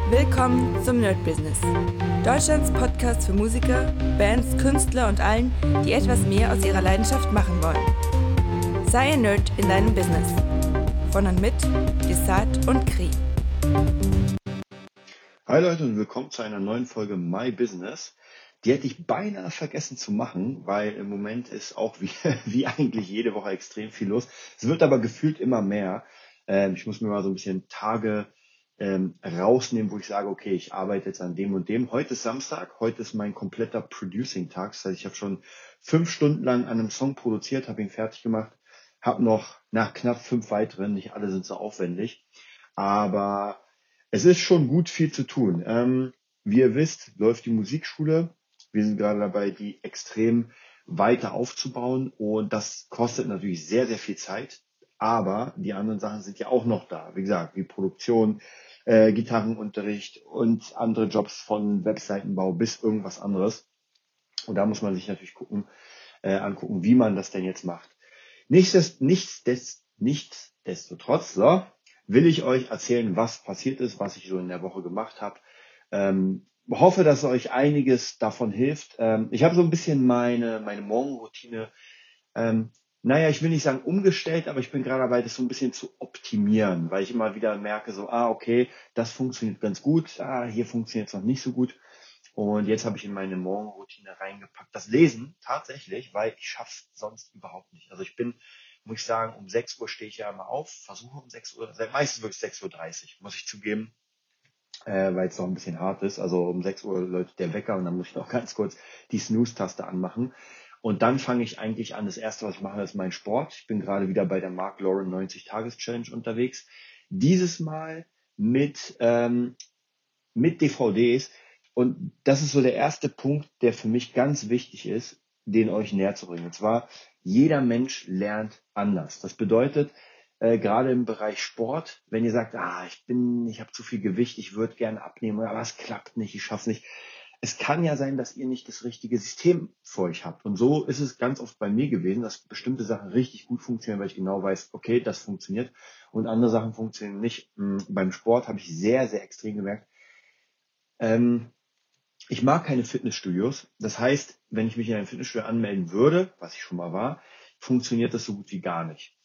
Willkommen zum Nerd Business. Deutschlands Podcast für Musiker, Bands, Künstler und allen, die etwas mehr aus ihrer Leidenschaft machen wollen. Sei ein Nerd in deinem Business. Von und mit Desart und Kri. Hi Leute und willkommen zu einer neuen Folge My Business. Die hätte ich beinahe vergessen zu machen, weil im Moment ist auch wie eigentlich jede Woche extrem viel los. Es wird aber gefühlt immer mehr. Ich muss mir mal so ein bisschen Tage rausnehmen, wo ich sage, okay, ich arbeite jetzt an dem und dem. Heute ist Samstag, heute ist mein kompletter Producing-Tag. Das heißt, ich habe schon 5 Stunden lang an einem Song produziert, habe ihn fertig gemacht, habe noch nach knapp 5 weiteren, nicht alle sind so aufwendig, aber es ist schon gut viel zu tun. Wie ihr wisst, läuft die Musikschule. Wir sind gerade dabei, die extrem weiter aufzubauen und das kostet natürlich sehr, sehr viel Zeit. Aber die anderen Sachen sind ja auch noch da. Wie gesagt, wie Produktion, Gitarrenunterricht und andere Jobs von Webseitenbau bis irgendwas anderes. Und da muss man sich natürlich angucken, wie man das denn jetzt macht. Nichtsdestotrotz, will ich euch erzählen, was passiert ist, was ich so in der Woche gemacht habe. Hoffe, dass euch einiges davon hilft. Ich habe so ein bisschen meine Morgenroutine, ich will nicht sagen umgestellt, aber ich bin gerade dabei, das so ein bisschen zu optimieren, weil ich immer wieder merke, okay, das funktioniert ganz gut, hier funktioniert es noch nicht so gut. Und jetzt habe ich in meine Morgenroutine reingepackt, das Lesen tatsächlich, weil ich schaff's sonst überhaupt nicht. Also muss ich sagen, um 6 Uhr stehe ich ja immer auf, versuche um 6 Uhr, meistens wirklich 6:30 Uhr, muss ich zugeben, weil es noch ein bisschen hart ist. Also um 6 Uhr läutet der Wecker und dann muss ich noch ganz kurz die Snooze-Taste anmachen. Und dann fange ich eigentlich an. Das erste, was ich mache, ist mein Sport. Ich bin gerade wieder bei der Mark Lauren 90-Tages-Challenge unterwegs. Dieses Mal mit DVDs. Und das ist so der erste Punkt, der für mich ganz wichtig ist, den euch näher zu bringen. Und zwar, jeder Mensch lernt anders. Das bedeutet, gerade im Bereich Sport, wenn ihr sagt, ich habe zu viel Gewicht, ich würde gerne abnehmen, aber es klappt nicht, ich schaff's nicht. Es kann ja sein, dass ihr nicht das richtige System für euch habt. Und so ist es ganz oft bei mir gewesen, dass bestimmte Sachen richtig gut funktionieren, weil ich genau weiß, okay, das funktioniert. Und andere Sachen funktionieren nicht. Beim Sport habe ich sehr, sehr extrem gemerkt, ich mag keine Fitnessstudios. Das heißt, wenn ich mich in ein Fitnessstudio anmelden würde, was ich schon mal war, funktioniert das so gut wie gar nicht.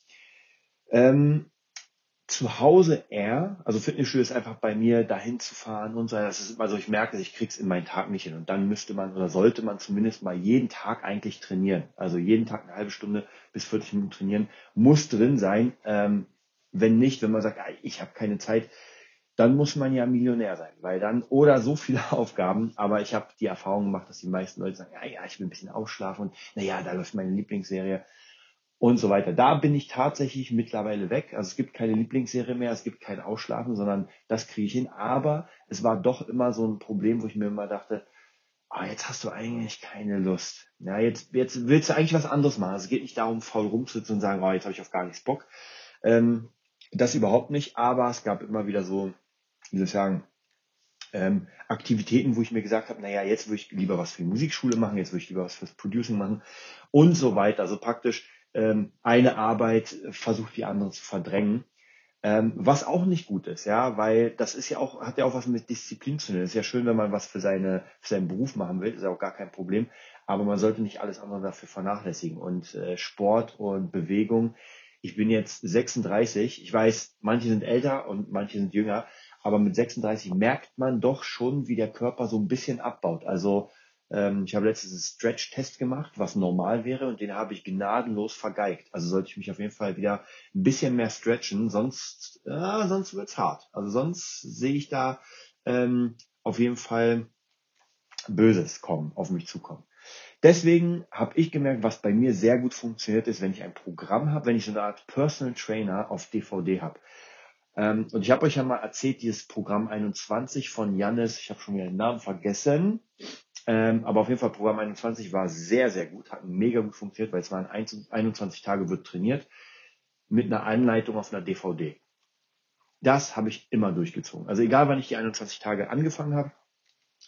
Zu Hause also Fitnessstudio ist einfach bei mir dahin zu fahren und so. Das ist immer so, ich merke, ich krieg's in meinen Tag nicht hin. Und dann müsste man oder sollte man zumindest mal jeden Tag eigentlich trainieren. Also jeden Tag eine halbe Stunde bis 40 Minuten trainieren muss drin sein. Wenn nicht, wenn man sagt, ich habe keine Zeit, dann muss man ja Millionär sein, oder so viele Aufgaben, aber ich habe die Erfahrung gemacht, dass die meisten Leute sagen, ich will ein bisschen ausschlafen und da läuft meine Lieblingsserie und so weiter. Da bin ich tatsächlich mittlerweile weg. Also es gibt keine Lieblingsserie mehr, es gibt kein Ausschlafen, sondern das kriege ich hin. Aber es war doch immer so ein Problem, wo ich mir immer dachte, jetzt hast du eigentlich keine Lust. Ja, jetzt willst du eigentlich was anderes machen. Also es geht nicht darum, faul rumzusitzen und sagen, jetzt habe ich auf gar nichts Bock. Das überhaupt nicht, aber es gab immer wieder so, wie soll ich sagen, Aktivitäten, wo ich mir gesagt habe, jetzt würde ich lieber was für die Musikschule machen, jetzt würde ich lieber was fürs Producing machen und so weiter. Also praktisch eine Arbeit versucht die andere zu verdrängen, was auch nicht gut ist, weil das ist hat ja auch was mit Disziplin zu tun. Es ist ja schön, wenn man was für seinen Beruf machen will, ist ja auch gar kein Problem, aber man sollte nicht alles andere dafür vernachlässigen und Sport und Bewegung. Ich bin jetzt 36, ich weiß, manche sind älter und manche sind jünger, aber mit 36 merkt man doch schon, wie der Körper so ein bisschen abbaut. Also ich habe letztens einen Stretch-Test gemacht, was normal wäre, und den habe ich gnadenlos vergeigt. Also sollte ich mich auf jeden Fall wieder ein bisschen mehr stretchen, sonst wird's hart. Also sonst sehe ich da auf jeden Fall Böses auf mich zukommen. Deswegen habe ich gemerkt, was bei mir sehr gut funktioniert ist, wenn ich ein Programm habe, wenn ich so eine Art Personal Trainer auf DVD habe. Und ich habe euch ja mal erzählt, dieses Programm 21 von Jannis, ich habe schon wieder den Namen vergessen, aber auf jeden Fall Programm 21 war sehr, sehr gut, hat mega gut funktioniert, weil es waren 21 Tage wird trainiert mit einer Anleitung auf einer DVD. Das habe ich immer durchgezogen. Also egal, wann ich die 21 Tage angefangen habe,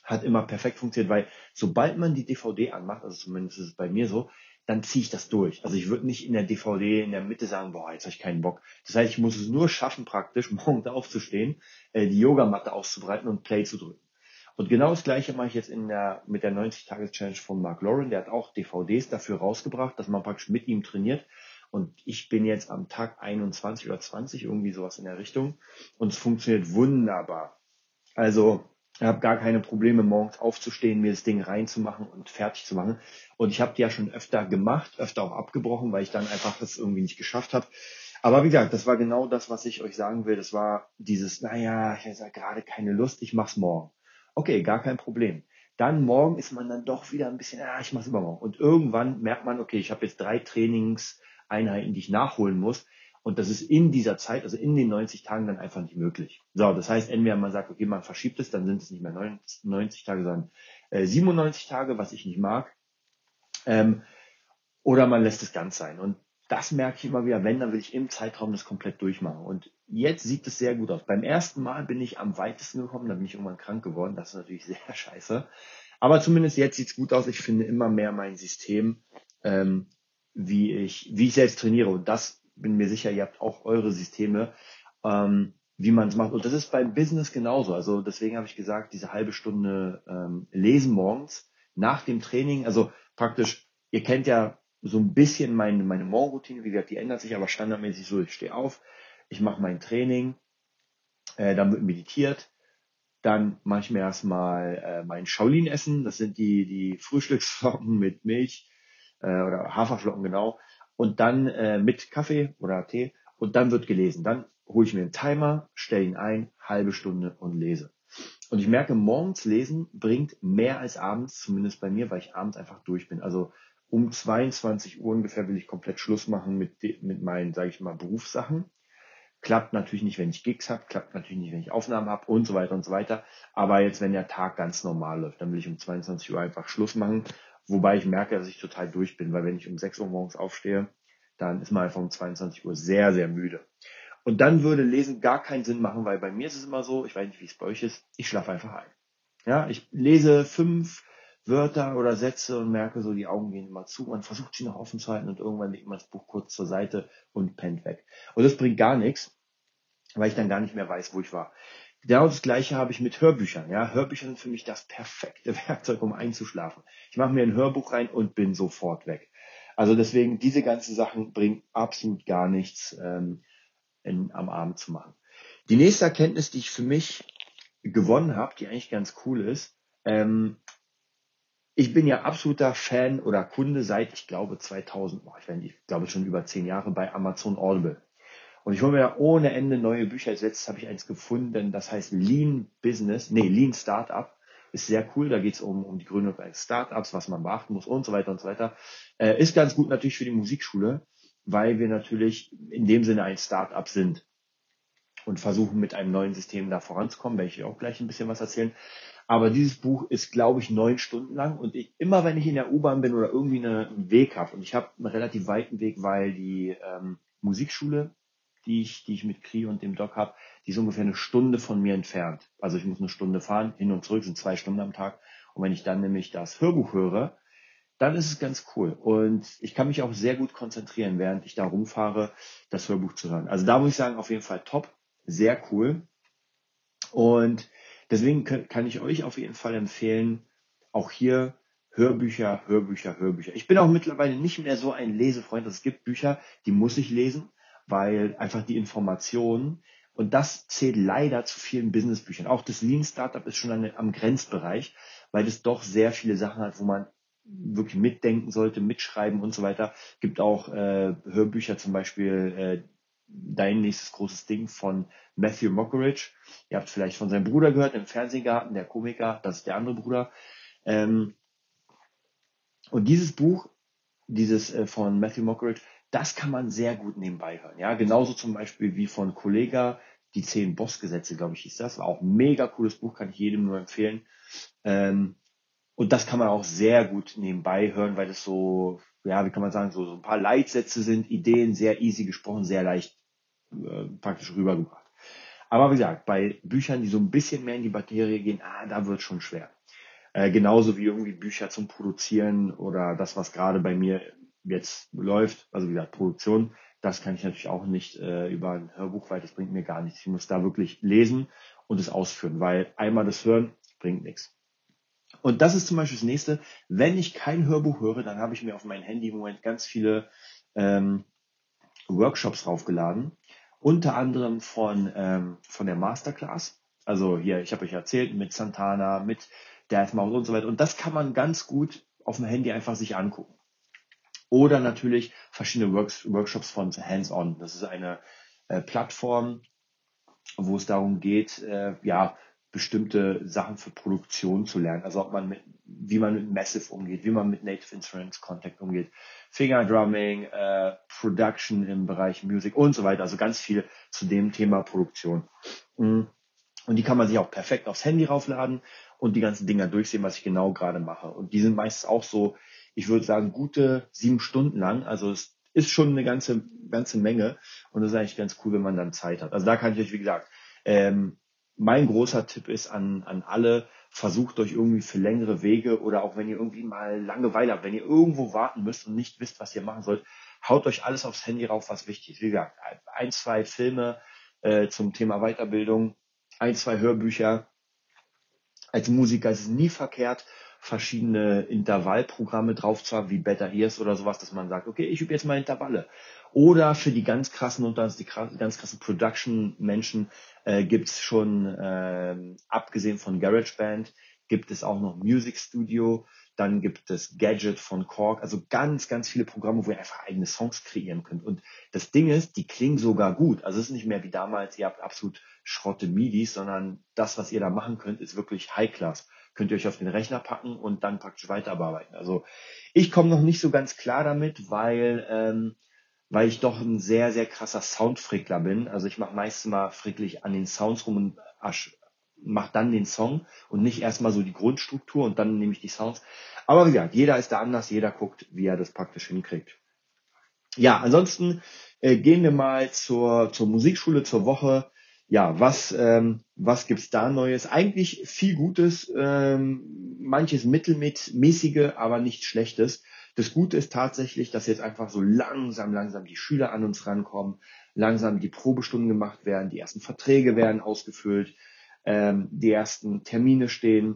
hat immer perfekt funktioniert, weil sobald man die DVD anmacht, also zumindest ist es bei mir so, dann ziehe ich das durch. Also ich würde nicht in der DVD in der Mitte sagen, boah, jetzt habe ich keinen Bock. Das heißt, ich muss es nur schaffen, praktisch morgens aufzustehen, die Yogamatte auszubreiten und Play zu drücken. Und genau das Gleiche mache ich jetzt mit der 90-Tages-Challenge von Mark Lauren. Der hat auch DVDs dafür rausgebracht, dass man praktisch mit ihm trainiert. Und ich bin jetzt am Tag 21 oder 20, irgendwie sowas in der Richtung. Und es funktioniert wunderbar. Also ich habe gar keine Probleme, morgens aufzustehen, mir das Ding reinzumachen und fertig zu machen. Und ich habe die ja schon öfter gemacht, öfter auch abgebrochen, weil ich dann einfach das irgendwie nicht geschafft habe. Aber wie gesagt, das war genau das, was ich euch sagen will. Das war dieses, naja, ich habe ja gerade keine Lust, ich mach's morgen. Okay, gar kein Problem. Dann morgen ist man dann doch wieder ein bisschen, ich mach's übermorgen. Und irgendwann merkt man, okay, ich habe jetzt 3 Trainingseinheiten, die ich nachholen muss. Und das ist in dieser Zeit, also in den 90 Tagen dann einfach nicht möglich. So, das heißt, entweder man sagt, okay, man verschiebt es, dann sind es nicht mehr 90 Tage, sondern 97 Tage, was ich nicht mag. Oder man lässt es ganz sein. Und das merke ich immer wieder, wenn, dann will ich im Zeitraum das komplett durchmachen. Und jetzt sieht es sehr gut aus. Beim ersten Mal bin ich am weitesten gekommen, dann bin ich irgendwann krank geworden. Das ist natürlich sehr scheiße. Aber zumindest jetzt sieht es gut aus. Ich finde immer mehr mein System, wie ich selbst trainiere. Und das bin mir sicher, ihr habt auch eure Systeme, wie man es macht. Und das ist beim Business genauso. Also deswegen habe ich gesagt, diese halbe Stunde lesen morgens nach dem Training. Also praktisch, ihr kennt ja so ein bisschen meine Morgenroutine. Wie gesagt, die ändert sich aber standardmäßig so. Ich stehe auf, ich mache mein Training, dann wird meditiert. Dann mache ich mir erstmal mein Shaolin-Essen. Das sind die Frühstücksflocken mit Milch oder Haferflocken, genau. Und dann mit Kaffee oder Tee. Und dann wird gelesen. Dann hole ich mir einen Timer, stelle ihn ein, halbe Stunde und lese. Und ich merke, morgens lesen bringt mehr als abends, zumindest bei mir, weil ich abends einfach durch bin. Also um 22 Uhr ungefähr will ich komplett Schluss machen mit meinen, sage ich mal, Berufssachen. Klappt natürlich nicht, wenn ich Gigs habe, klappt natürlich nicht, wenn ich Aufnahmen habe und so weiter und so weiter. Aber jetzt, wenn der Tag ganz normal läuft, dann will ich um 22 Uhr einfach Schluss machen. Wobei ich merke, dass ich total durch bin, weil wenn ich um 6 Uhr morgens aufstehe, dann ist man einfach um 22 Uhr sehr, sehr müde. Und dann würde Lesen gar keinen Sinn machen, weil bei mir ist es immer so, ich weiß nicht, wie es bei euch ist, ich schlafe einfach ein. Ja, ich lese 5 Wörter oder Sätze und merke so, die Augen gehen immer zu. Man versucht sie noch offen zu halten und irgendwann legt man das Buch kurz zur Seite und pennt weg. Und das bringt gar nichts, weil ich dann gar nicht mehr weiß, wo ich war. Genau das Gleiche habe ich mit Hörbüchern. Ja, Hörbücher sind für mich das perfekte Werkzeug, um einzuschlafen. Ich mache mir ein Hörbuch rein und bin sofort weg. Also deswegen, diese ganzen Sachen bringen absolut gar nichts am Abend zu machen. Die nächste Erkenntnis, die ich für mich gewonnen habe, die eigentlich ganz cool ist, ich bin ja absoluter Fan oder Kunde seit, ich glaube, 2000, ich glaube schon über 10 Jahre bei Amazon Audible. Und ich hole mir da ohne Ende neue Bücher. Als letztes habe ich eins gefunden, das heißt Lean Startup. Ist sehr cool, da geht es um die Gründung eines Startups, was man beachten muss und so weiter und so weiter. Ist ganz gut natürlich für die Musikschule, weil wir natürlich in dem Sinne ein Startup sind und versuchen mit einem neuen System da voranzukommen, werde ich auch gleich ein bisschen was erzählen. Aber dieses Buch ist, glaube ich, 9 Stunden lang und immer wenn ich in der U-Bahn bin oder irgendwie einen Weg habe, und ich habe einen relativ weiten Weg, weil die Musikschule, die ich mit Kri und dem Doc habe, die ist ungefähr 1 Stunde von mir entfernt. Also ich muss 1 Stunde fahren, hin und zurück, sind 2 Stunden am Tag. Und wenn ich dann nämlich das Hörbuch höre, dann ist es ganz cool. Und ich kann mich auch sehr gut konzentrieren, während ich da rumfahre, das Hörbuch zu hören. Also da muss ich sagen, auf jeden Fall top, sehr cool. Und deswegen kann ich euch auf jeden Fall empfehlen, auch hier Hörbücher. Ich bin auch mittlerweile nicht mehr so ein Lesefreund. Es gibt Bücher, die muss ich lesen, weil einfach die Informationen, und das zählt leider zu vielen Businessbüchern. Auch das Lean Startup ist schon am Grenzbereich, weil es doch sehr viele Sachen hat, wo man wirklich mitdenken sollte, mitschreiben und so weiter. Gibt auch Hörbücher, zum Beispiel Dein nächstes großes Ding von Matthew Mockridge. Ihr habt vielleicht von seinem Bruder gehört, im Fernsehgarten, der Komiker, das ist der andere Bruder. Und dieses Buch, von Matthew Mockridge, das kann man sehr gut nebenbei hören. Ja, genauso zum Beispiel wie von Kollega, die 10 Bossgesetze, glaube ich, hieß das. War auch ein mega cooles Buch, kann ich jedem nur empfehlen. Und das kann man auch sehr gut nebenbei hören, weil das so, ja, wie kann man sagen, so ein paar Leitsätze sind, Ideen, sehr easy gesprochen, sehr leicht praktisch rübergebracht. Aber wie gesagt, bei Büchern, die so ein bisschen mehr in die Materie gehen, da wird es schon schwer. Genauso wie irgendwie Bücher zum Produzieren oder das, was gerade bei mir jetzt läuft, also wie gesagt, Produktion, das kann ich natürlich auch nicht über ein Hörbuch, weil das bringt mir gar nichts. Ich muss da wirklich lesen und es ausführen, weil einmal das Hören bringt nichts. Und das ist zum Beispiel das nächste. Wenn ich kein Hörbuch höre, dann habe ich mir auf mein Handy im Moment ganz viele Workshops raufgeladen. Unter anderem von der Masterclass. Also hier, ich habe euch erzählt, mit Santana, mit Deathmau5 und so weiter. Und das kann man ganz gut auf dem Handy einfach sich angucken. Oder natürlich verschiedene Workshops von Hands-On. Das ist eine Plattform, wo es darum geht, bestimmte Sachen für Produktion zu lernen. Also wie man mit Massive umgeht, wie man mit Native Instruments Contact umgeht, Fingerdrumming, Production im Bereich Music und so weiter. Also ganz viel zu dem Thema Produktion. Und die kann man sich auch perfekt aufs Handy raufladen und die ganzen Dinger durchsehen, was ich genau gerade mache. Und die sind meistens auch so, ich würde sagen, gute 7 Stunden lang. Also es ist schon eine ganze Menge. Und das ist eigentlich ganz cool, wenn man dann Zeit hat. Also da kann ich euch, wie gesagt, mein großer Tipp ist an alle, versucht euch irgendwie für längere Wege oder auch wenn ihr irgendwie mal Langeweile habt, wenn ihr irgendwo warten müsst und nicht wisst, was ihr machen sollt, haut euch alles aufs Handy rauf, was wichtig ist. Wie gesagt, 1, 2 Filme zum Thema Weiterbildung, 1, 2 Hörbücher. Als Musiker ist es nie verkehrt, verschiedene Intervallprogramme drauf zu haben, wie Better Ears oder sowas, dass man sagt, okay, ich übe jetzt mal Intervalle. Oder für die ganz krassen ganz krassen Production-Menschen gibt's schon, abgesehen von GarageBand, gibt es auch noch Music Studio, dann gibt es Gadget von Korg, also ganz viele Programme, wo ihr einfach eigene Songs kreieren könnt. Und das Ding ist, die klingen sogar gut. Also es ist nicht mehr wie damals, ihr habt absolut Schrotte MIDIs, sondern das, was ihr da machen könnt, ist wirklich High-Class. Könnt ihr euch auf den Rechner packen und dann praktisch weiter bearbeiten. Also ich komme noch nicht so ganz klar damit, weil ich doch ein sehr krasser Soundfrickler bin. Also ich mache meistens mal fricklich an den Sounds rum und mache dann den Song und nicht erstmal so die Grundstruktur und dann nehme ich die Sounds. Aber wie gesagt, jeder ist da anders, jeder guckt, wie er das praktisch hinkriegt. Ja, ansonsten gehen wir mal zur Musikschule, zur Woche. Ja, was gibt's da Neues? Eigentlich viel Gutes, manches mittelmäßige, aber nichts Schlechtes. Das Gute ist tatsächlich, dass jetzt einfach so langsam die Schüler an uns rankommen, langsam die Probestunden gemacht werden, die ersten Verträge werden ausgefüllt, die ersten Termine stehen.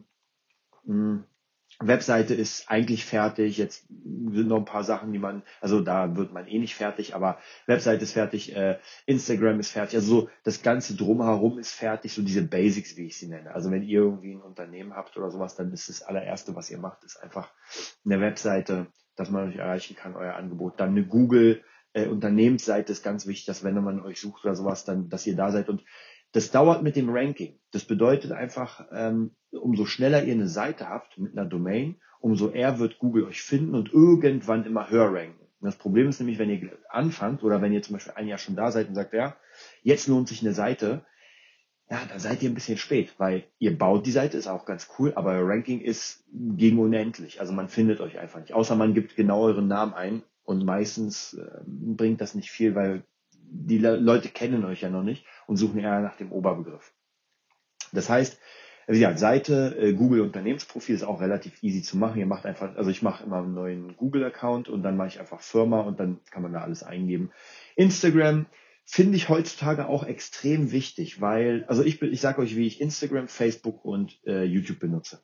Webseite ist eigentlich fertig, jetzt sind noch ein paar Sachen, also da wird man eh nicht fertig, aber Webseite ist fertig, Instagram ist fertig, also so das ganze Drumherum ist fertig, so diese Basics, wie ich sie nenne. Also wenn ihr irgendwie ein Unternehmen habt oder sowas, dann ist das allererste, was ihr macht, ist einfach eine Webseite, dass man euch erreichen kann, euer Angebot. Dann eine Google Unternehmensseite ist ganz wichtig, dass wenn man euch sucht oder sowas, dann, dass ihr da seid. Und das dauert mit dem Ranking. Das bedeutet einfach, umso schneller ihr eine Seite habt mit einer Domain, umso eher wird Google euch finden und irgendwann immer höher ranken. Und das Problem ist nämlich, wenn ihr anfangt oder wenn ihr zum Beispiel ein Jahr schon da seid und sagt, ja, jetzt lohnt sich eine Seite, ja, da seid ihr ein bisschen spät, weil ihr baut die Seite, ist auch ganz cool, aber euer Ranking ist gegen unendlich. Also man findet euch einfach nicht, außer man gibt genau euren Namen ein und meistens bringt das nicht viel, weil die Leute kennen euch ja noch nicht und suchen eher nach dem Oberbegriff. Das heißt, wie gesagt, Seite, Google Unternehmensprofil ist auch relativ easy zu machen. Ihr macht einfach, also ich mache immer einen neuen Google-Account und dann mache ich einfach Firma und dann kann man da alles eingeben. Instagram finde ich heutzutage auch extrem wichtig, weil, also ich sage euch, wie ich Instagram, Facebook und YouTube benutze.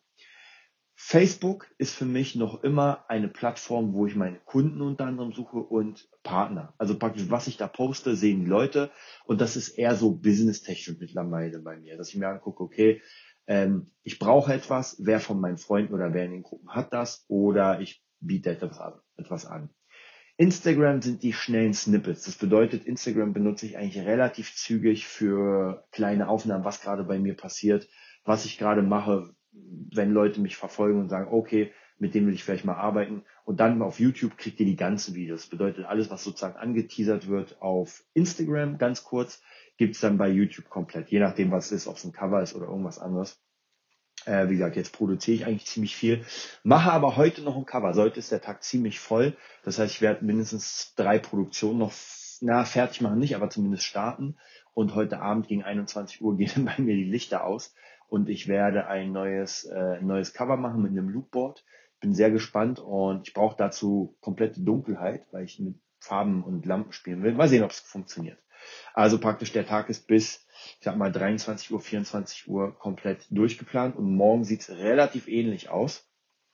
Facebook ist für mich noch immer eine Plattform, wo ich meine Kunden unter anderem suche und Partner. Also praktisch, was ich da poste, sehen die Leute. Und das ist eher so business-technisch mittlerweile bei mir, dass ich mir angucke, okay, ich brauche etwas, wer von meinen Freunden oder wer in den Gruppen hat das oder ich biete etwas an. Instagram sind die schnellen Snippets. Das bedeutet, Instagram benutze ich eigentlich relativ zügig für kleine Aufnahmen, was gerade bei mir passiert, was ich gerade mache, wenn Leute mich verfolgen und sagen, okay, mit dem will ich vielleicht mal arbeiten. Und dann auf YouTube kriegt ihr die ganzen Videos. Das bedeutet, alles, was sozusagen angeteasert wird auf Instagram, ganz kurz, gibt's dann bei YouTube komplett. Je nachdem, was es ist, ob es ein Cover ist oder irgendwas anderes. Wie gesagt, jetzt produziere ich eigentlich ziemlich viel, mache aber heute noch ein Cover. Heute ist der Tag ziemlich voll. Das heißt, ich werde mindestens 3 Produktionen noch fertig machen, nicht, aber zumindest starten. Und heute Abend gegen 21 Uhr gehen dann bei mir die Lichter aus und ich werde ein neues Cover machen mit einem Loopboard. Bin sehr gespannt und ich brauche dazu komplette Dunkelheit, weil ich mit Farben und Lampen spielen will. Mal sehen, ob es funktioniert. Also praktisch der Tag ist bis, ich sag mal, 23 Uhr, 24 Uhr komplett durchgeplant und morgen sieht es relativ ähnlich aus,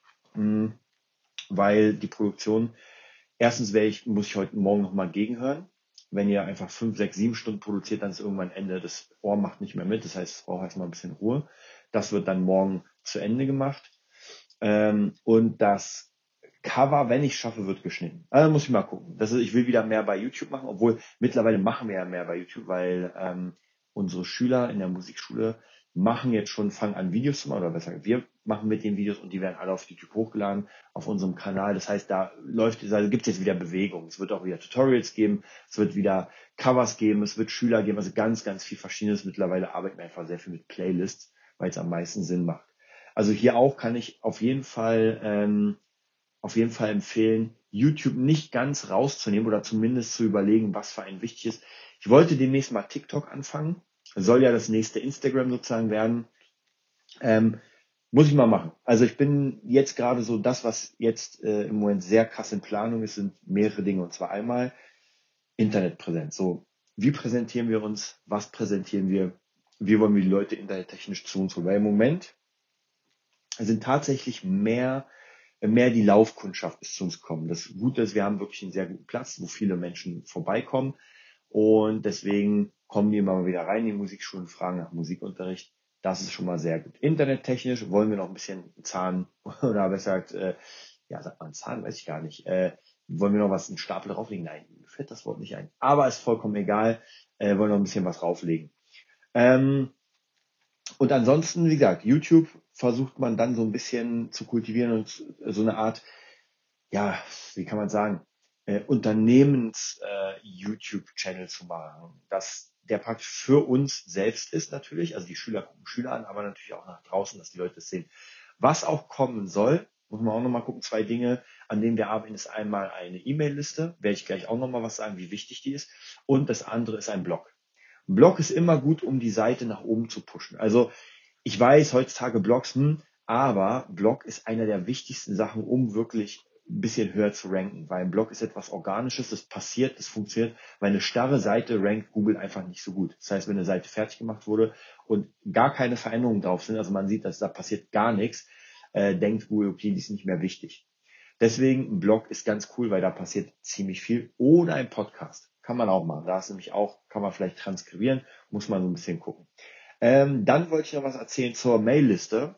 weil die Produktion, erstens muss ich heute Morgen nochmal gegenhören. Wenn ihr einfach 5, 6, 7 Stunden produziert, dann ist irgendwann Ende, das Ohr macht nicht mehr mit, das heißt, es braucht erstmal ein bisschen Ruhe. Das wird dann morgen zu Ende gemacht. Und das Cover, wenn ich schaffe, wird geschnitten. Also muss ich mal gucken. Ich will wieder mehr bei YouTube machen, obwohl mittlerweile machen wir ja mehr bei YouTube, weil unsere Schüler in der Musikschule fangen an Videos zu machen, oder besser, wir machen mit den Videos und die werden alle auf YouTube hochgeladen, auf unserem Kanal. Das heißt, gibt es jetzt wieder Bewegung. Es wird auch wieder Tutorials geben, es wird wieder Covers geben, es wird Schüler geben, also ganz, ganz viel Verschiedenes. Mittlerweile arbeiten wir einfach sehr viel mit Playlists, weil es am meisten Sinn macht. Also hier auch kann ich auf jeden Fall empfehlen, YouTube nicht ganz rauszunehmen oder zumindest zu überlegen, was für einen wichtig ist. Ich wollte demnächst mal TikTok anfangen. Soll ja das nächste Instagram sozusagen werden. Muss ich mal machen. Also ich bin jetzt gerade so, das, was jetzt im Moment sehr krass in Planung ist, sind mehrere Dinge. Und zwar einmal Internetpräsenz. So, wie präsentieren wir uns? Was präsentieren wir? Wie wollen wir die Leute internettechnisch zu uns holen? Weil im Moment sind tatsächlich mehr die Laufkundschaft bis zu uns kommen. Das Gute ist, wir haben wirklich einen sehr guten Platz, wo viele Menschen vorbeikommen. Und deswegen kommen die immer mal wieder rein in die Musikschule und fragen nach Musikunterricht. Das ist schon mal sehr gut. Internettechnisch wollen wir noch ein bisschen Zahn, oder besser gesagt, sagt man Zahn, weiß ich gar nicht. Wollen wir noch einen Stapel drauflegen? Nein, mir fällt das Wort nicht ein. Aber ist vollkommen egal. Wollen noch ein bisschen was drauflegen. Und ansonsten, wie gesagt, YouTube versucht man dann so ein bisschen zu kultivieren und so eine Art, wie kann man sagen, Unternehmens-YouTube-Channel zu machen, dass der praktisch für uns selbst ist natürlich, also die Schüler gucken Schüler an, aber natürlich auch nach draußen, dass die Leute es sehen. Was auch kommen soll, muss man auch nochmal gucken, 2 Dinge, an denen wir arbeiten, ist einmal eine E-Mail-Liste, werde ich gleich auch nochmal was sagen, wie wichtig die ist, und das andere ist ein Blog. Ein Blog ist immer gut, um die Seite nach oben zu pushen. Also ich weiß, heutzutage Blogs, aber Blog ist einer der wichtigsten Sachen, um wirklich ein bisschen höher zu ranken, weil ein Blog ist etwas Organisches, das passiert, das funktioniert, weil eine starre Seite rankt Google einfach nicht so gut. Das heißt, wenn eine Seite fertig gemacht wurde und gar keine Veränderungen drauf sind, also man sieht, dass da passiert gar nichts, denkt Google, okay, die ist nicht mehr wichtig. Deswegen ein Blog ist ganz cool, weil da passiert ziemlich viel. Oder ein Podcast kann man auch machen. Da ist nämlich auch, kann man vielleicht transkribieren, muss man so ein bisschen gucken. Dann wollte ich noch was erzählen zur Mailliste.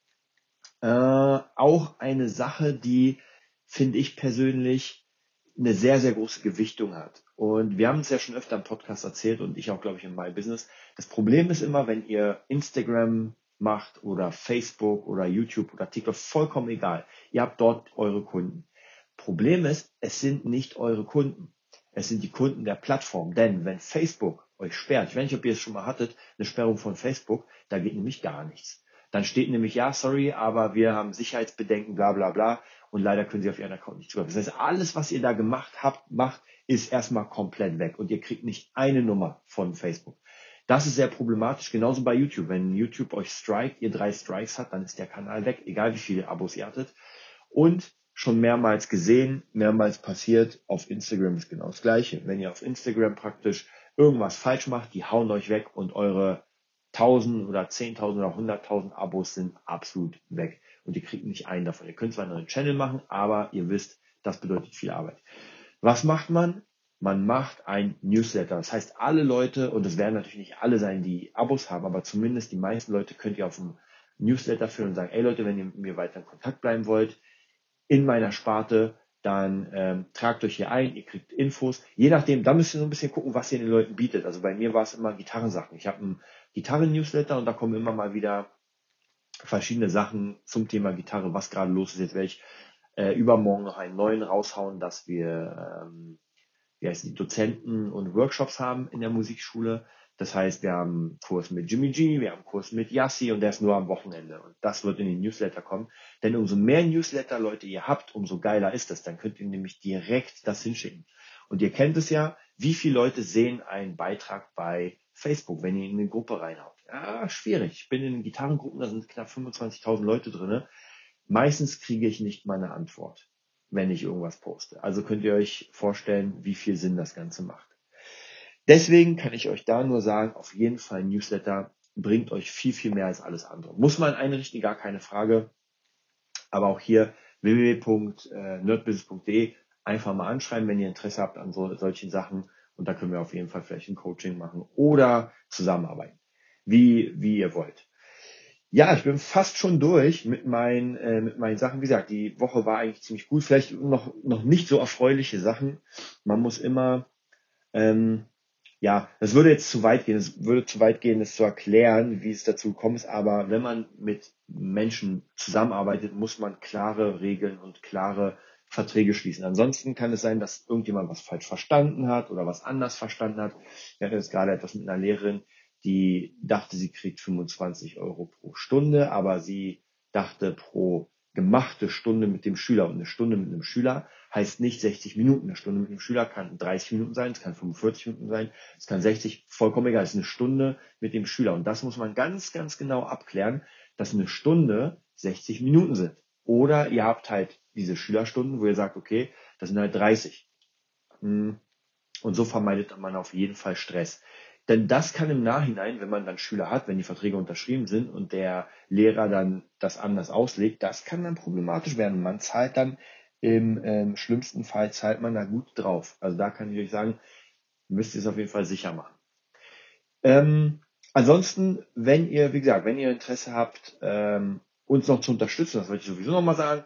Auch eine Sache, die, finde ich persönlich, eine sehr, sehr große Gewichtung hat. Und wir haben es ja schon öfter im Podcast erzählt und ich auch, glaube ich, in My Business. Das Problem ist immer, wenn ihr Instagram macht oder Facebook oder YouTube oder TikTok, vollkommen egal. Ihr habt dort eure Kunden. Problem ist, es sind nicht eure Kunden. Es sind die Kunden der Plattform. Denn wenn Facebook euch sperrt, ich weiß nicht, ob ihr es schon mal hattet, eine Sperrung von Facebook, da geht nämlich gar nichts. Dann steht nämlich, ja, sorry, aber wir haben Sicherheitsbedenken, bla bla bla, und leider können Sie auf Ihren Account nicht zugreifen. Das heißt, alles, was ihr da macht, ist erstmal komplett weg und ihr kriegt nicht eine Nummer von Facebook. Das ist sehr problematisch, genauso bei YouTube. Wenn YouTube euch strikt, ihr 3 Strikes habt, dann ist der Kanal weg, egal wie viele Abos ihr hattet. Und schon mehrmals gesehen, mehrmals passiert, auf Instagram ist genau das Gleiche. Wenn ihr auf Instagram praktisch irgendwas falsch macht, die hauen euch weg und eure 1000 oder 10.000 oder 100.000 Abos sind absolut weg. Und ihr kriegt nicht einen davon. Ihr könnt zwar einen neuen Channel machen, aber ihr wisst, das bedeutet viel Arbeit. Was macht man? Man macht ein Newsletter. Das heißt, alle Leute, und es werden natürlich nicht alle sein, die Abos haben, aber zumindest die meisten Leute könnt ihr auf dem Newsletter führen und sagen, ey Leute, wenn ihr mit mir weiter in Kontakt bleiben wollt, in meiner Sparte, dann tragt euch hier ein, ihr kriegt Infos. Je nachdem, da müsst ihr so ein bisschen gucken, was ihr den Leuten bietet. Also bei mir war es immer Gitarrensachen. Ich habe einen Gitarren-Newsletter und da kommen immer mal wieder verschiedene Sachen zum Thema Gitarre, was gerade los ist. Jetzt werde ich übermorgen noch einen neuen raushauen, dass wir Dozenten und Workshops haben in der Musikschule. Das heißt, wir haben einen Kurs mit Jimmy G, wir haben einen Kurs mit Yassi und der ist nur am Wochenende. Und das wird in den Newsletter kommen. Denn umso mehr Newsletter, Leute, ihr habt, umso geiler ist das. Dann könnt ihr nämlich direkt das hinschicken. Und ihr kennt es ja, wie viele Leute sehen einen Beitrag bei Facebook, wenn ihr in eine Gruppe reinhaut. Ja, schwierig. Ich bin in Gitarrengruppen, da sind knapp 25.000 Leute drinne. Meistens kriege ich nicht mal eine Antwort, wenn ich irgendwas poste. Also könnt ihr euch vorstellen, wie viel Sinn das Ganze macht. Deswegen kann ich euch da nur sagen, auf jeden Fall ein Newsletter bringt euch viel, viel mehr als alles andere. Muss man einrichten, gar keine Frage. Aber auch hier www.nerdbusiness.de einfach mal anschreiben, wenn ihr Interesse habt an solchen Sachen. Und da können wir auf jeden Fall vielleicht ein Coaching machen oder zusammenarbeiten, wie ihr wollt. Ja, ich bin fast schon durch mit meinen Sachen. Wie gesagt, die Woche war eigentlich ziemlich gut. Vielleicht noch nicht so erfreuliche Sachen. Man muss immer, das würde jetzt zu weit gehen. Es würde zu weit gehen, das zu erklären, wie es dazu gekommen ist. Aber wenn man mit Menschen zusammenarbeitet, muss man klare Regeln und klare Verträge schließen. Ansonsten kann es sein, dass irgendjemand was falsch verstanden hat oder was anders verstanden hat. Ich hatte jetzt gerade etwas mit einer Lehrerin, die dachte, sie kriegt 25 Euro pro Stunde, aber sie dachte pro gemachte Stunde mit dem Schüler. Und eine Stunde mit einem Schüler heißt nicht 60 Minuten. Eine Stunde mit einem Schüler kann 30 Minuten sein, es kann 45 Minuten sein, es kann 60, vollkommen egal. Es ist eine Stunde mit dem Schüler. Und das muss man ganz, ganz genau abklären, dass eine Stunde 60 Minuten sind. Oder ihr habt halt diese Schülerstunden, wo ihr sagt, okay, das sind halt 30. Und so vermeidet man auf jeden Fall Stress. Denn das kann im Nachhinein, wenn man dann Schüler hat, wenn die Verträge unterschrieben sind und der Lehrer dann das anders auslegt, das kann dann problematisch werden. Man zahlt dann im schlimmsten Fall zahlt man da gut drauf. Also da kann ich euch sagen, müsst ihr es auf jeden Fall sicher machen. Ansonsten, wenn ihr Interesse habt, uns noch zu unterstützen, das wollte ich sowieso nochmal sagen,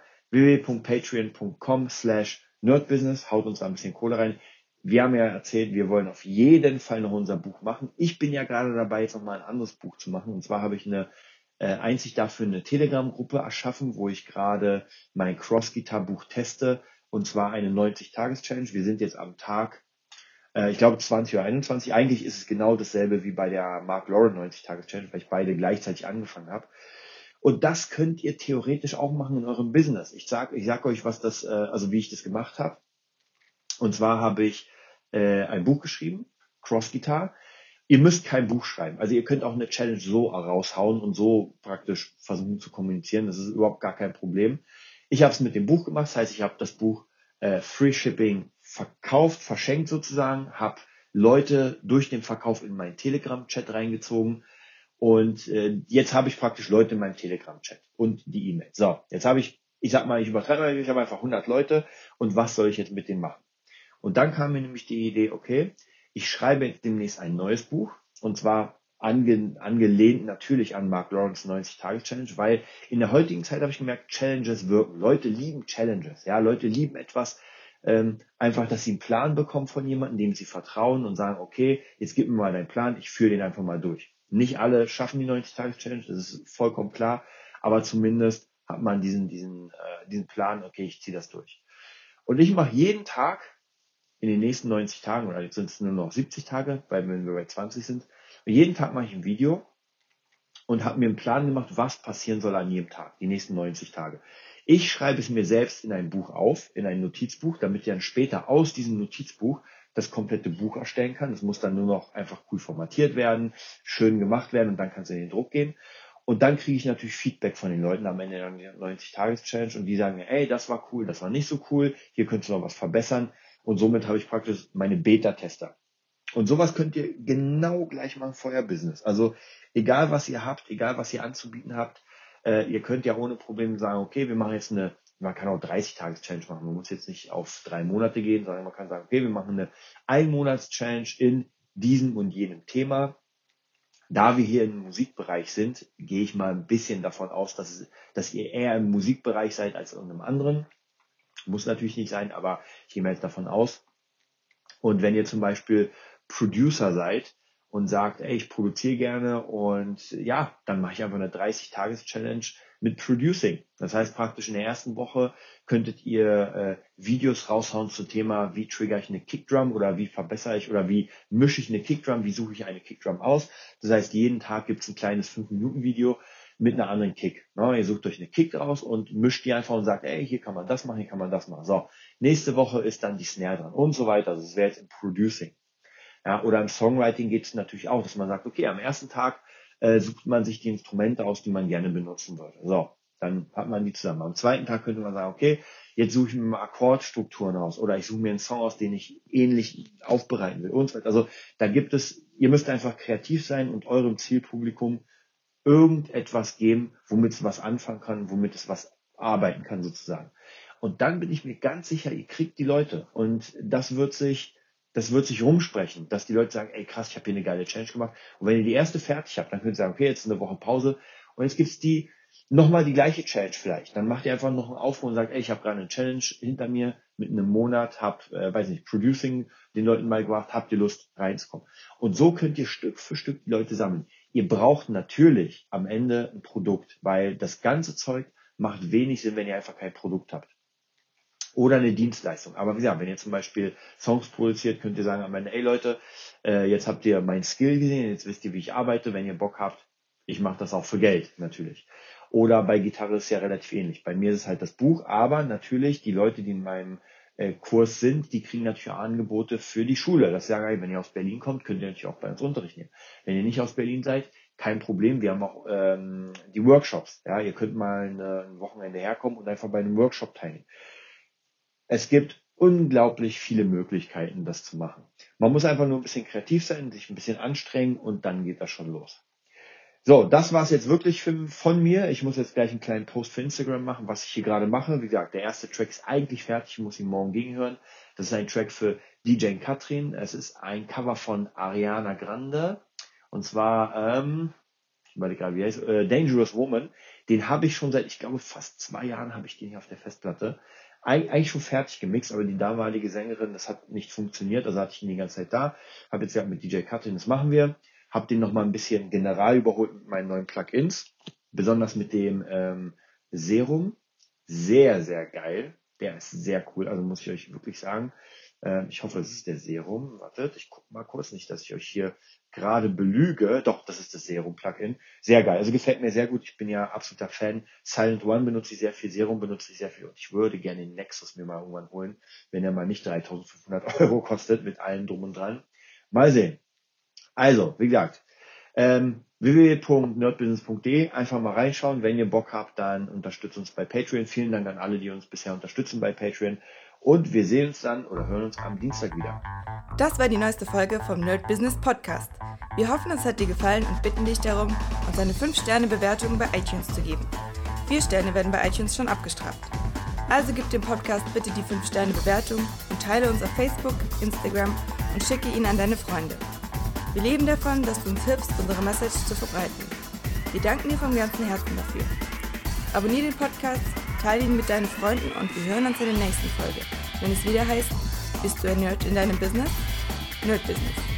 www.patreon.com/nerdbusiness, haut uns da ein bisschen Kohle rein. Wir haben ja erzählt, wir wollen auf jeden Fall noch unser Buch machen. Ich bin ja gerade dabei, jetzt nochmal ein anderes Buch zu machen. Und zwar habe ich einzig dafür eine Telegram-Gruppe erschaffen, wo ich gerade mein Cross-Guitar-Buch teste. Und zwar eine 90-Tages-Challenge. Wir sind jetzt am Tag, ich glaube 20 oder 21. Eigentlich ist es genau dasselbe wie bei der Mark Lauren 90-Tages-Challenge, weil ich beide gleichzeitig angefangen habe. Und das könnt ihr theoretisch auch machen in eurem Business. Ich sag euch, wie ich das gemacht habe. Und zwar habe ich ein Buch geschrieben, Cross Guitar. Ihr müsst kein Buch schreiben. Also ihr könnt auch eine Challenge so raushauen und so praktisch versuchen zu kommunizieren. Das ist überhaupt gar kein Problem. Ich habe es mit dem Buch gemacht. Das heißt, ich habe das Buch Free Shipping verkauft, verschenkt sozusagen, habe Leute durch den Verkauf in meinen Telegram-Chat reingezogen. Und jetzt habe ich praktisch Leute in meinem Telegram-Chat und die E-Mail. So, jetzt habe ich übertreibe, ich habe einfach 100 Leute und was soll ich jetzt mit denen machen? Und dann kam mir nämlich die Idee, okay, ich schreibe jetzt demnächst ein neues Buch und zwar angelehnt natürlich an Mark Lawrence 90-Tages-Challenge, weil in der heutigen Zeit habe ich gemerkt, Challenges wirken. Leute lieben Challenges. Ja, Leute lieben etwas, einfach, dass sie einen Plan bekommen von jemandem, dem sie vertrauen und sagen, okay, jetzt gib mir mal deinen Plan, ich führe den einfach mal durch. Nicht alle schaffen die 90-Tages-Challenge, das ist vollkommen klar, aber zumindest hat man diesen Plan, okay, ich ziehe das durch. Und ich mache jeden Tag in den nächsten 90 Tagen, oder jetzt sind es nur noch 70 Tage, weil wenn wir bei 20 sind, und jeden Tag mache ich ein Video und habe mir einen Plan gemacht, was passieren soll an jedem Tag, die nächsten 90 Tage. Ich schreibe es mir selbst in ein Buch auf, in ein Notizbuch, damit ich dann später aus diesem Notizbuch das komplette Buch erstellen kann. Das muss dann nur noch einfach cool formatiert werden, schön gemacht werden und dann kann es in den Druck gehen. Und dann kriege ich natürlich Feedback von den Leuten am Ende der 90-Tages-Challenge und die sagen mir, ey, das war cool, das war nicht so cool, hier könntest du noch was verbessern. Und somit habe ich praktisch meine Beta-Tester. Und sowas könnt ihr genau gleich machen für euer Business. Also egal was ihr habt, egal was ihr anzubieten habt, ihr könnt ja ohne Probleme sagen, okay, wir machen jetzt man kann auch 30-Tages-Challenge machen. Man muss jetzt nicht auf 3 Monate gehen, sondern man kann sagen, okay, wir machen eine 1-Monats-Challenge in diesem und jenem Thema. Da wir hier im Musikbereich sind, gehe ich mal ein bisschen davon aus, dass ihr eher im Musikbereich seid als in einem anderen. Muss natürlich nicht sein, aber ich gehe mal jetzt davon aus. Und wenn ihr zum Beispiel Producer seid und sagt, ey, ich produziere gerne und ja, dann mache ich einfach eine 30-Tages-Challenge mit Producing. Das heißt praktisch in der ersten Woche könntet ihr Videos raushauen zum Thema, wie trigger ich eine Kickdrum oder wie verbessere ich oder wie mische ich eine Kickdrum, wie suche ich eine Kickdrum aus. Das heißt, jeden Tag gibt es ein kleines 5-Minuten-Video mit einer anderen Kick. Ja, ihr sucht euch eine Kick raus und mischt die einfach und sagt, ey, hier kann man das machen, hier kann man das machen. So, nächste Woche ist dann die Snare dran und so weiter. Also das wäre jetzt im Producing. Ja, oder im Songwriting geht es natürlich auch, dass man sagt, okay, am ersten Tag sucht man sich die Instrumente aus, die man gerne benutzen würde. So, dann hat man die zusammen. Am zweiten Tag könnte man sagen, okay, jetzt suche ich mir mal Akkordstrukturen aus oder ich suche mir einen Song aus, den ich ähnlich aufbereiten will und so weiter. Also da gibt es, ihr müsst einfach kreativ sein und eurem Zielpublikum irgendetwas geben, womit es was anfangen kann, womit es was arbeiten kann sozusagen. Und dann bin ich mir ganz sicher, ihr kriegt die Leute und das wird sich rumsprechen, dass die Leute sagen, ey krass, ich habe hier eine geile Challenge gemacht. Und wenn ihr die erste fertig habt, dann könnt ihr sagen, okay, jetzt ist eine Woche Pause und jetzt gibt's nochmal die gleiche Challenge vielleicht. Dann macht ihr einfach noch einen Aufruf und sagt, ey, ich habe gerade eine Challenge hinter mir mit einem Monat, Producing den Leuten mal gemacht, habt ihr Lust reinzukommen. Und so könnt ihr Stück für Stück die Leute sammeln. Ihr braucht natürlich am Ende ein Produkt, weil das ganze Zeug macht wenig Sinn, wenn ihr einfach kein Produkt habt. Oder eine Dienstleistung. Aber wie gesagt, wenn ihr zum Beispiel Songs produziert, könnt ihr sagen am Ende, ey Leute, jetzt habt ihr mein Skill gesehen, jetzt wisst ihr, wie ich arbeite. Wenn ihr Bock habt, ich mache das auch für Geld natürlich. Oder bei Gitarre ist es ja relativ ähnlich. Bei mir ist es halt das Buch, aber natürlich die Leute, die in meinem Kurs sind, die kriegen natürlich auch Angebote für die Schule. Das ist ja geil, wenn ihr aus Berlin kommt, könnt ihr natürlich auch bei uns Unterricht nehmen. Wenn ihr nicht aus Berlin seid, kein Problem, wir haben auch die Workshops. Ja, ihr könnt mal ein Wochenende herkommen und einfach bei einem Workshop teilnehmen. Es gibt unglaublich viele Möglichkeiten, das zu machen. Man muss einfach nur ein bisschen kreativ sein, sich ein bisschen anstrengen und dann geht das schon los. So, das war's jetzt wirklich von mir. Ich muss jetzt gleich einen kleinen Post für Instagram machen, was ich hier gerade mache. Wie gesagt, der erste Track ist eigentlich fertig, ich muss ihn morgen gegenhören. Das ist ein Track für DJ Katrin. Es ist ein Cover von Ariana Grande. Und zwar, ich überlege gerade, wie heißt Dangerous Woman. Den habe ich schon seit, ich glaube, fast 2 Jahren habe ich den hier auf der Festplatte. Eigentlich schon fertig gemixt, aber die damalige Sängerin, das hat nicht funktioniert, also hatte ich ihn die ganze Zeit da. Habe jetzt gesagt mit DJ Katrin, das machen wir. Habe den nochmal ein bisschen general überholt mit meinen neuen Plugins, besonders mit dem Serum. Sehr, sehr geil. Der ist sehr cool, also muss ich euch wirklich sagen. Ich hoffe, es ist der Serum. Wartet, ich gucke mal kurz, nicht, dass ich euch hier gerade belüge. Doch, das ist das Serum-Plugin. Sehr geil, also gefällt mir sehr gut. Ich bin ja absoluter Fan. Silent One benutze ich sehr viel, Serum benutze ich sehr viel und ich würde gerne den Nexus mir mal irgendwann holen, wenn er mal nicht 3.500 € kostet mit allem drum und dran. Mal sehen. Also, wie gesagt, www.nerdbusiness.de, einfach mal reinschauen. Wenn ihr Bock habt, dann unterstützt uns bei Patreon. Vielen Dank an alle, die uns bisher unterstützen bei Patreon. Und wir sehen uns dann oder hören uns am Dienstag wieder. Das war die neueste Folge vom Nerd Business Podcast. Wir hoffen, es hat dir gefallen und bitten dich darum, uns eine 5-Sterne-Bewertung bei iTunes zu geben. 4 Sterne werden bei iTunes schon abgestraft. Also gib dem Podcast bitte die 5-Sterne-Bewertung und teile uns auf Facebook, Instagram und schicke ihn an deine Freunde. Wir leben davon, dass du uns hilfst, unsere Message zu verbreiten. Wir danken dir vom ganzen Herzen dafür. Abonnier den Podcast, teile ihn mit deinen Freunden und wir hören uns in der nächsten Folge, wenn es wieder heißt, bist du ein Nerd in deinem Business? Nerd Business.